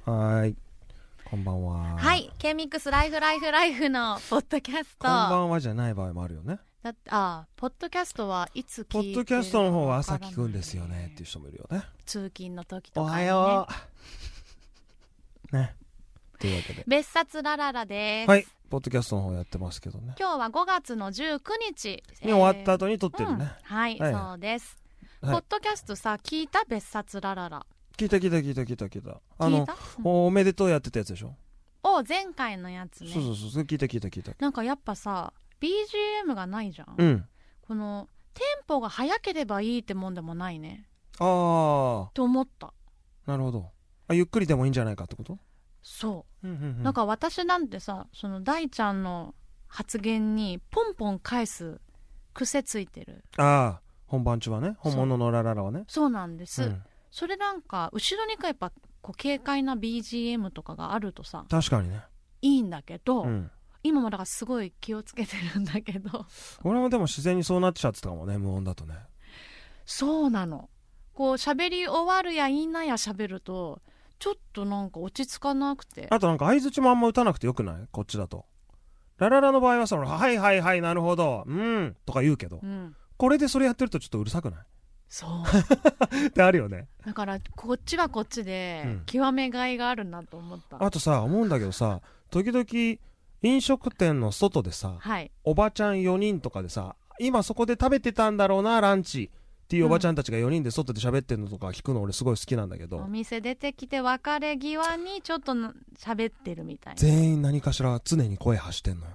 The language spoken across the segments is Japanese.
はい、こんばんは。 はい、K-MIXライフのポッドキャスト。 こんばんはじゃない場合もあるよね。 だってポッドキャストはいつ聞いてるのかわからない。 ポッドキャストの方は朝聞くんですよねっていう人もいるよね。 通勤の時とか、ね、 おはようね。というわけで別冊ラララです。 はい、ポッドキャストの方やってますけどね。 今日は5月の19日に終わった後に撮ってるね、 はい、そうです、 はい、 ポッドキャストさ、聞いた？別冊ラララ聞いた聞いた、 おめでとうやってたやつでしょ。 前回のやつね。 そう聞いた。 なんかやっぱさ BGM がないじゃん、 うん、 このテンポが速ければいいってもんでもないね。 ああと思った。 なるほど。ゆっくりでもいいんじゃないかってこと。 そう、 なんか私なんてさ、その大ちゃんの発言にポンポン返す癖ついてる。 ああ、本番中はね、本物のラララはね。 そうなんです、それなんか後ろにやっぱこう軽快な BGM とかがあるとさ、 確かにね、 いいんだけど、今もだからすごい気をつけてるんだけど俺もでも自然にそうなっちゃってたかもね、無音だとね。 そうなの。こう喋り終わるやいなや喋るとちょっとなんか落ち着かなくて、 あとなんか相槌もあんま打たなくてよくない？こっちだとラララの場合はさ、はいなるほどとか言うけど、これでそれやってるとちょっとうるさくない？そうってあるよね。 だからこっちはこっちで極めがいがあるなと思った、 あとさ、思うんだけどさ、時々飲食店の外でさ、おばちゃん4人とかでさ、今そこで食べてたんだろうなランチっていうおばちゃんたちが4人で外で喋ってるのとか聞くの俺すごい好きなんだけど、 お店出てきて別れ際にちょっと喋ってるみたいな。 全員何かしら常に声発してんのよ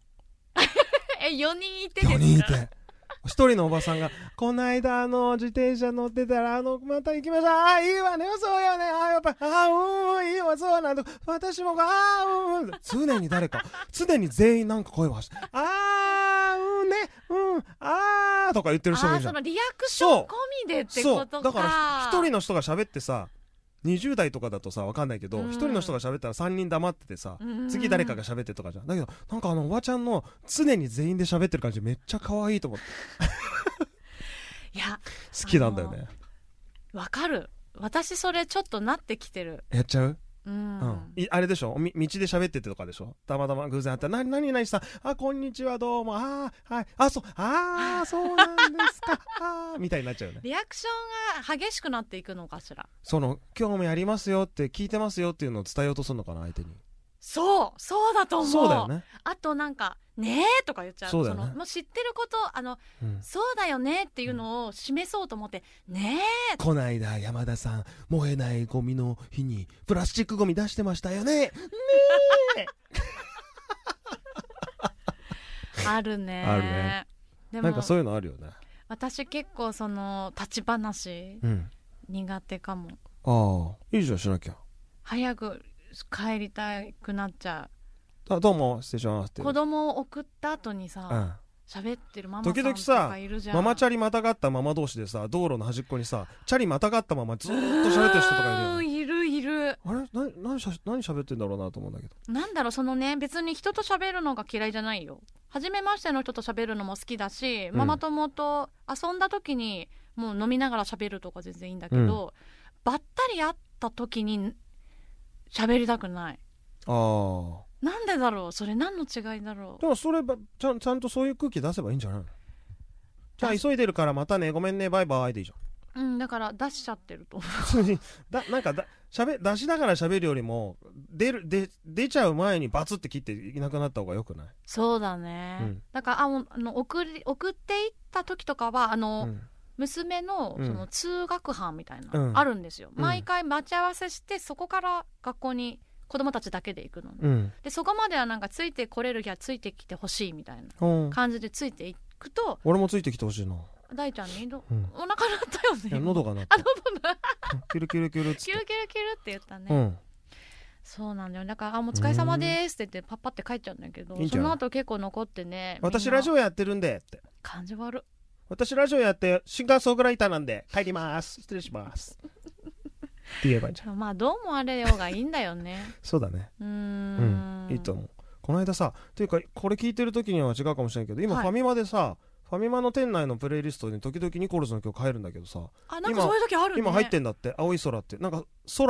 4人いてですか？ 4人いて一人のおばさんがこないだ自転車乗ってたらまた行きましたいいわねそうよねやっぱいいわそうなんだ私も常に誰か常に全員なんか声を発してとか言ってる人もいるじゃん。 そのリアクション込みでってことか。 そうだから一人の人が喋ってさ、20代とかだとさ分かんないけど、一人の人が喋ったら3人黙っててさ、次誰かが喋ってとかじゃん。だけどなんかおばちゃんの常に全員で喋ってる感じめっちゃ可愛いと思っていや好きなんだよね。 わかる。私それちょっとなってきてる。 やっちゃう？あれでしょ、道で喋っててとかでしょ、たまたま偶然会ったら何さこんにちはどうもはいそうなんですかみたいになっちゃうね。 リアクションが激しくなっていくのかしら。 今日もやりますよって聞いてますよっていうのを伝えようとするのかな、相手に。 そうだと思う。 そうだよね。 あとなんかねえとか言っちゃう。 そうだよね。 もう知ってることそうだよねっていうのを示そうと思ってねえ。 こないだ山田さん燃えないゴミの日にプラスチックゴミ出してましたよね。ねえあるね。 あるね。でもなんかそういうのあるよね。 私結構その立ち話、苦手かも。いいじゃんしなきゃ。 早く帰りたくなっちゃう。どうも失礼しますって。 子供を送った後にさ、喋ってるママさんとかいるじゃん。 時々さ、ママチャリまたがったママ同士でさ、道路の端っこにさチャリまたがったままずーっと喋ってる人とかいるよね。 いる。 あれ何喋ってんだろうなと思うんだけど。 なんだろう、そのね、別に人と喋るのが嫌いじゃないよ。初めましての人と喋るのも好きだし、ママ友と遊んだ時にもう飲みながら喋るとか全然いいんだけど、ばったり会った時に喋りたくない。なんでだろう、それ何の違いだろう。 でもそれちゃんとそういう空気出せばいいんじゃないの？じゃあ急いでるからまたね、ごめんね、バイバイでいいじゃん。 だから出しちゃってると思うなんか出しながら喋るよりも出ちゃう前にバツって切っていなくなった方がよくない？ そうだね、だから送っていった時とかは娘のその通学班みたいな、あるんですよ、毎回待ち合わせしてそこから学校に子供たちだけで行くのね、でそこまではなんかついてこれる日はついてきてほしいみたいな感じでついていくと、 俺もついてきてほしいな。 大ちゃんにお腹鳴ったよね。 いや喉が鳴った。 喉がキュルキュルキュルっつってキュルキュルキュルって言ったね、そうなんだよ。だからもうお疲れ様ですって言ってパッパって帰っちゃうんだけど、その後結構残ってね、 私ラジオやってるんでって感じ悪。 私ラジオやってシンガーソングライターなんで帰ります失礼しますって言えばいいんじゃん。 まあどうもあれようがいいんだよねそうだね。いいと思う。この間さ、というかこれ聞いてる時には違うかもしれないけど、今ファミマでさ、ファミマの店内のプレイリストに時々ニコルズの曲入るんだけどさ、 なんかそういう時あるね。 今入ってんだって。青い空ってなんか空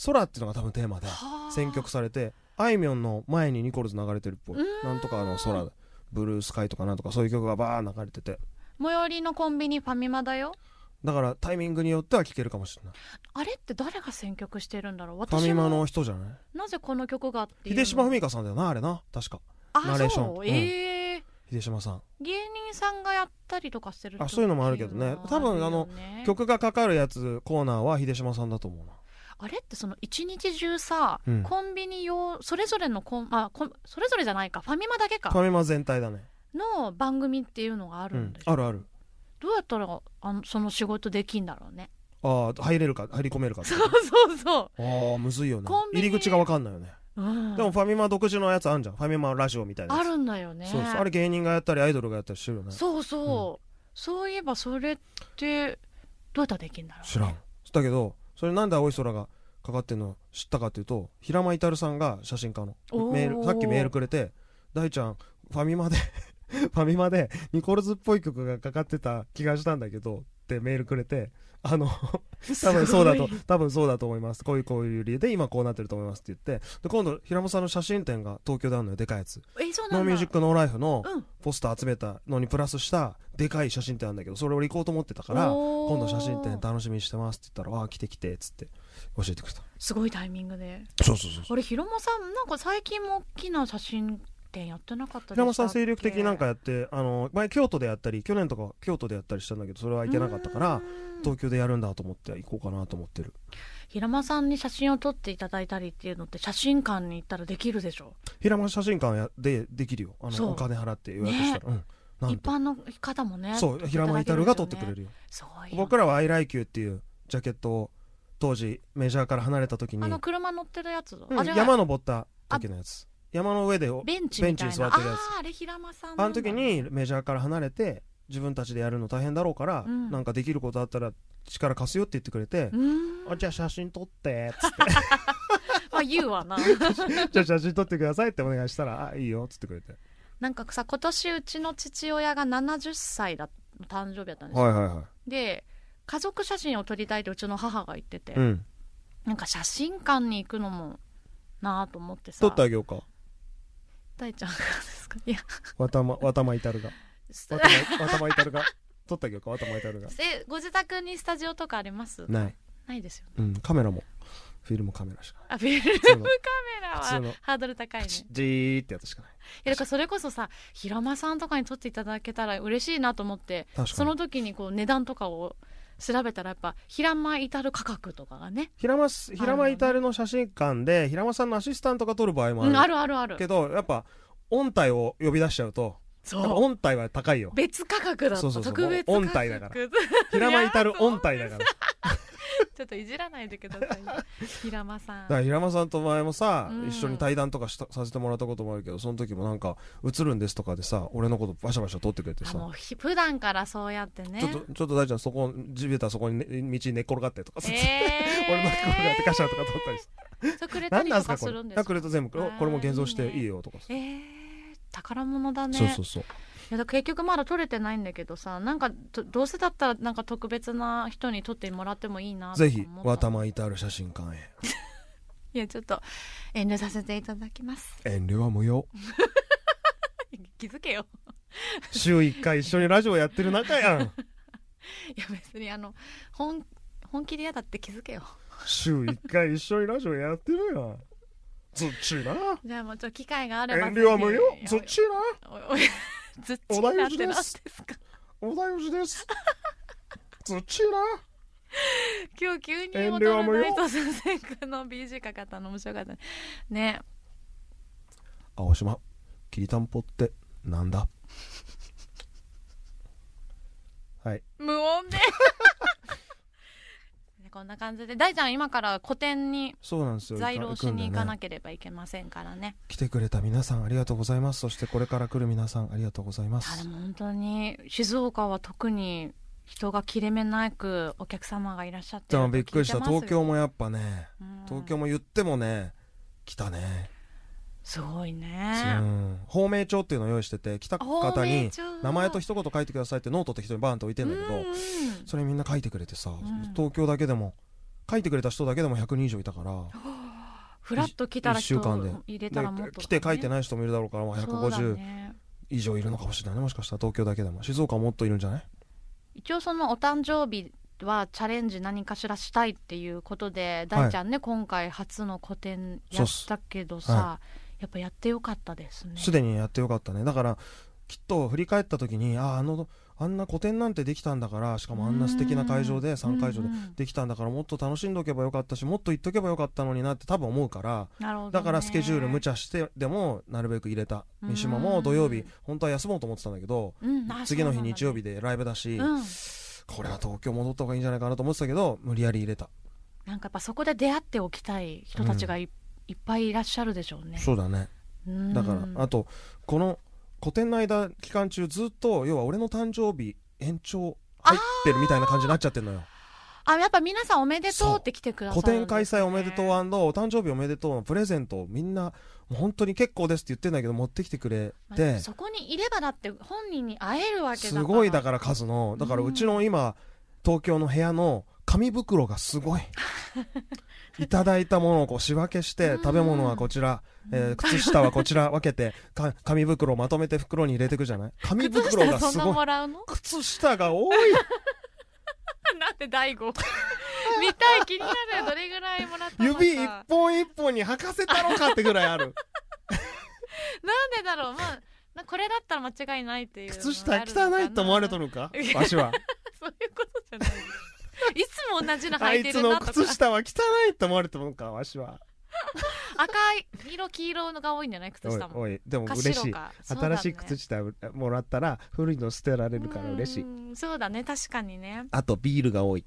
空っていうのが多分テーマで選曲されて、あいみょんの前にニコルズ流れてるっぽい。なんとか空、ブルースカイとかなんとかそういう曲がバー流れてて、 最寄りのコンビニファミマだよ。 だからタイミングによっては聴けるかもしれない。 あれって誰が選曲してるんだろう。 ファミマの人じゃない？ なぜこの曲がっていう。 秀島文香さんだよな、あれな、確か。ナレーション。 そう、 秀島さん。 芸人さんがやったりとかしてる。 そういうのもあるけどね。多分曲がかかるやつコーナーは秀島さんだと思うな。 あれってその一日中さ、コンビニ用それぞれのそれぞれじゃないか、ファミマだけか。 ファミマ全体だね。 の番組っていうのがあるんでしょ。 あるある。 どうやったらその仕事できんだろうね。 入れるか入り込めるかって。 そうむずいよね。入り口が分かんないよね。でもファミマ独自のやつあるじゃん。ファミマラジオみたいなやつあるんだよね。 そうあれ芸人がやったりアイドルがやったりしてるよね。 そういえばそれってどうやったらできんだろうね。 知らん。だけどそれなんで青い空がかかってんの知ったかっていうと、平間至さんが写真家のさっきメールくれて、大ちゃんファミマでニコルズっぽい曲がかかってた気がしたんだけどってメールくれて、多分そうだと思います、こういう理由で今こうなってると思いますって言って、で今度平間さんの写真展が東京であるのよ、でかいやつ。ノーミュージックノーライフのポスター集めたのにプラスしたでかい写真展あるんだけど、それを行こうと思ってたから今度写真展楽しみにしてますって言ったら、来て来てっつって教えてくれた。 すごいタイミングで。 そうあれ平間さんなんか最近も大きな写真展やってなかったでしたっけ。 平間さん精力的になんかやって、前京都でやったり去年とか京都でやったりしたんだけど、それは行けなかったから東京でやるんだと思って行こうかなと思ってる。 平間さんに写真を撮っていただいたりっていうのって写真館に行ったらできるでしょ。 平間写真館でできるよ。お金払って予約したら、 一般の方もね。 そう、平間至が撮ってくれるよ。僕らは I like you っていうジャケットを当時メジャーから離れた時に車乗ってるやつ、 山登った時のやつ、山の上でベンチに座ってるやつ。あれ平間さんなんだね。 時にメジャーから離れて自分たちでやるの大変だろうから、なんかできることあったら力貸すよって言ってくれて、じゃあ写真撮ってっつって言うわなじゃあ写真撮ってくださいってお願いしたら、いいよっつってくれて。 なんかさ、今年うちの父親が70歳の誕生日だったんですよ。で家族写真を撮りたいとうちの母が言ってて、なんか写真館に行くのもなと思ってさ。 撮ってあげようか。 大ちゃんがですか。いや渡間至が撮ってあげようか。渡間至がご自宅にスタジオとかあります？ないですよね。 カメラもフィルムカメラしかない。 フィルムカメラはハードル高いね。 ジーってやつしかない。 だからそれこそさ、平間さんとかに撮っていただけたら嬉しいなと思って、その時に値段とかを調べたら、やっぱ平間至価格とかがね、 平間至の写真館で平間さんのアシスタントが撮る場合もあるけど、やっぱ音体を呼び出しちゃうと、音体は高いよ。 別価格だった。特別価格。 音体だから平間至音体だからちょっといじらないでください平間さん。 だから平間さんと前もさ、一緒に対談とかさせてもらったこともあるけど、その時もなんか映るんですとかでさ、俺のことバシャバシャ撮ってくれてさ、 もう普段からそうやってね、 ちょっと大ちゃんそこ地べたそこに、道に寝っ転がってとかさ、俺の寝っ転がってカシャとか撮ったりして、 そうくれたりとかするんですか。 くれた全部これも現像していいよとかさ。 宝物だね。 そういやだ結局まだ撮れてないんだけどさ、なんかどうせだったらなんか特別な人に撮ってもらってもいいなと思った。 ぜひ渡間至る写真館へいやちょっと遠慮させていただきます。 遠慮は無用気づけよ週1回一緒にラジオやってる仲やんいや別に本気で嫌だって気づけよ。 週1回一緒にラジオやってるやんずっちーな。 じゃあもうちょっと機会があれば。 遠慮は無用。ずっちーな。 ずっちーなってなんですか。 小田義です。ずっちーな。 今日急に踊るナイト先生君の BG かかったの面白かったね。 青島きりたんぽってなんだはい。 無音でこんな感じで大ちゃん今から個展に在廊しに行かなければいけませんからね。 来てくれた皆さんありがとうございます。そしてこれから来る皆さんありがとうございます。 でも本当に静岡は特に人が切れ目なくお客様がいらっしゃってると聞いてますよ。 びっくりした。東京もやっぱね、東京も言ってもね来たね。 すごいね。 芳名帳っていうのを用意してて、来た方に名前と一言書いてくださいってノートって人にバーンと置いてんだけど、それみんな書いてくれてさ、東京だけでも書いてくれた人だけでも100人以上いたからフラッと来たら 1週間で入れたらもっと、ね、 来て書いてない人もいるだろうから、150以上いるのかもしれないね。もしかしたら東京だけでも。静岡はもっといるんじゃない？ 一応そのお誕生日はチャレンジ何かしらしたいっていうことで、大ちゃんね、今回初の個展やったけどさ、やっぱやってよかったですね。 すでにやってよかったね。だからきっと振り返った時にあんな個展なんてできたんだから、しかもあんな素敵な会場で3会場でできたんだから、もっと楽しんどけばよかったし、もっと言っとけばよかったのになって多分思うから、だからスケジュール無茶してでもなるべく入れた。三島も土曜日本当は休もうと思ってたんだけど、次の日日曜日でライブだし、これは東京戻った方がいいんじゃないかなと思ってたけど、無理やり入れた。 なんかやっぱそこで出会っておきたい人たちがいっぱいいらっしゃるでしょうね。 そうだね。だからあとこの個展の間期間中ずっと要は俺の誕生日延長入ってるみたいな感じになっちゃってるのよ。 やっぱ皆さんおめでとうって来てくださるんですね。 個展開催おめでとう&お誕生日おめでとうのプレゼントをみんなもう本当に結構ですって言ってんだけど持ってきてくれて、 そこにいればだって本人に会えるわけだから、 すごいだから数の、だからうちの今東京の部屋の紙袋がすごいいただいたものをこう仕分けして、食べ物はこちら、靴下はこちら分けて紙袋をまとめて袋に入れていくじゃない。紙袋がすごい。靴下が多いなんで大悟見たい、気になる。どれぐらいもらったのか。 指一本一本に履かせたのかってぐらいあるなんでだろう。これだったら間違いないっていう。 靴下汚いと思われとるかわしはそういうことじゃないいつも同じの履いてるなとか。 あいつの靴下は汚いと思われとるのかわしは。 赤い色黄色のが多いんじゃない？靴下も。 おいでも嬉しい、新しい靴下もらったら古いの捨てられるから嬉しい。 そうだね、確かにね。 あとビールが多い。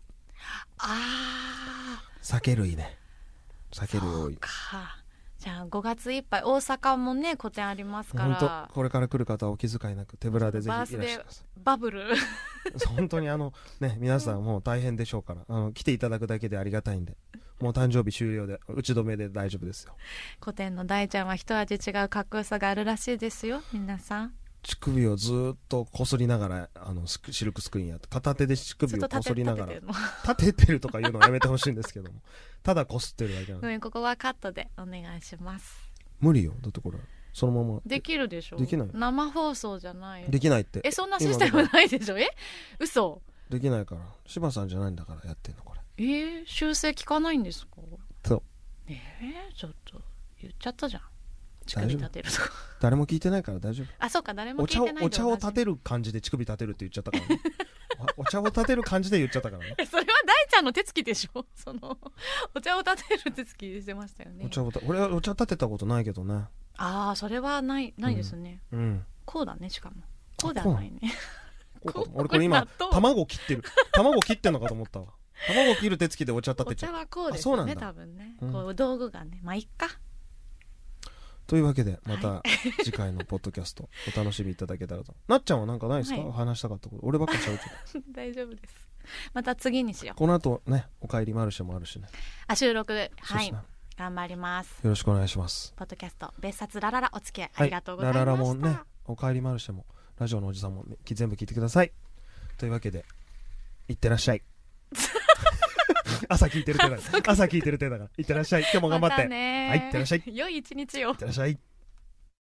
酒類ね。酒類多い。 じゃあ5月いっぱい大阪もね個展ありますから、 本当これから来る方はお気遣いなく手ぶらでぜひいらっしゃいます。 バブル本当にね、皆さんもう大変でしょうから、来ていただくだけでありがたいんで、もう誕生日終了で打ち止めで大丈夫ですよ。 個展の大ちゃんは一味違うかっこよさがあるらしいですよ。皆さん乳首をずっとこすりながらシルクスクリーンやって片手で乳首をこすりながら立ててるとか言うのはやめてほしいんですけどもただこすってるだけなの。 ここはカットでお願いします。 無理よ。だってこれそのままできるでしょ。 できない。 生放送じゃない。 できないって。 そんなシステムないでしょ。嘘。 できないから。柴さんじゃないんだからやってんのこれ。 修正聞かないんですか。 そう。 ちょっと言っちゃったじゃん。乳首立てるとか誰も聞いてないから大丈夫。 そうか、誰も聞いてない。 お茶を立てる感じで乳首立てるって言っちゃったからねお茶を立てる感じで言っちゃったからねそれは大ちゃんの手つきでしょお茶を立てる手つきしてましたよね。 俺はお茶立てたことないけどね。 それはないですね。こうだね。しかもこうではないね俺これ今卵切ってるのかと思ったわ卵切る手つきでお茶立てちゃう。 お茶はこうですよね、多分ね。こう道具がね、いっか。 というわけでまた次回のポッドキャストお楽しみいただけたらと。なっちゃんはなんかないですか？話したかったこと。俺ばっかりしゃべっちゃう大丈夫です。また次にしよう。 この後ね、おかえりマルシェもあるしね。 収録頑張ります。 よろしくお願いします。 ポッドキャスト別冊ラララお付き合いありがとうございました。 ラララもね、おかえりマルシェもラジオのおじさんも全部聞いてください。というわけでいってらっしゃい朝聞いてる手だからいってらっしゃい。今日も頑張って。はい、いってらっしゃい。 良い一日を。 いってらっしゃい。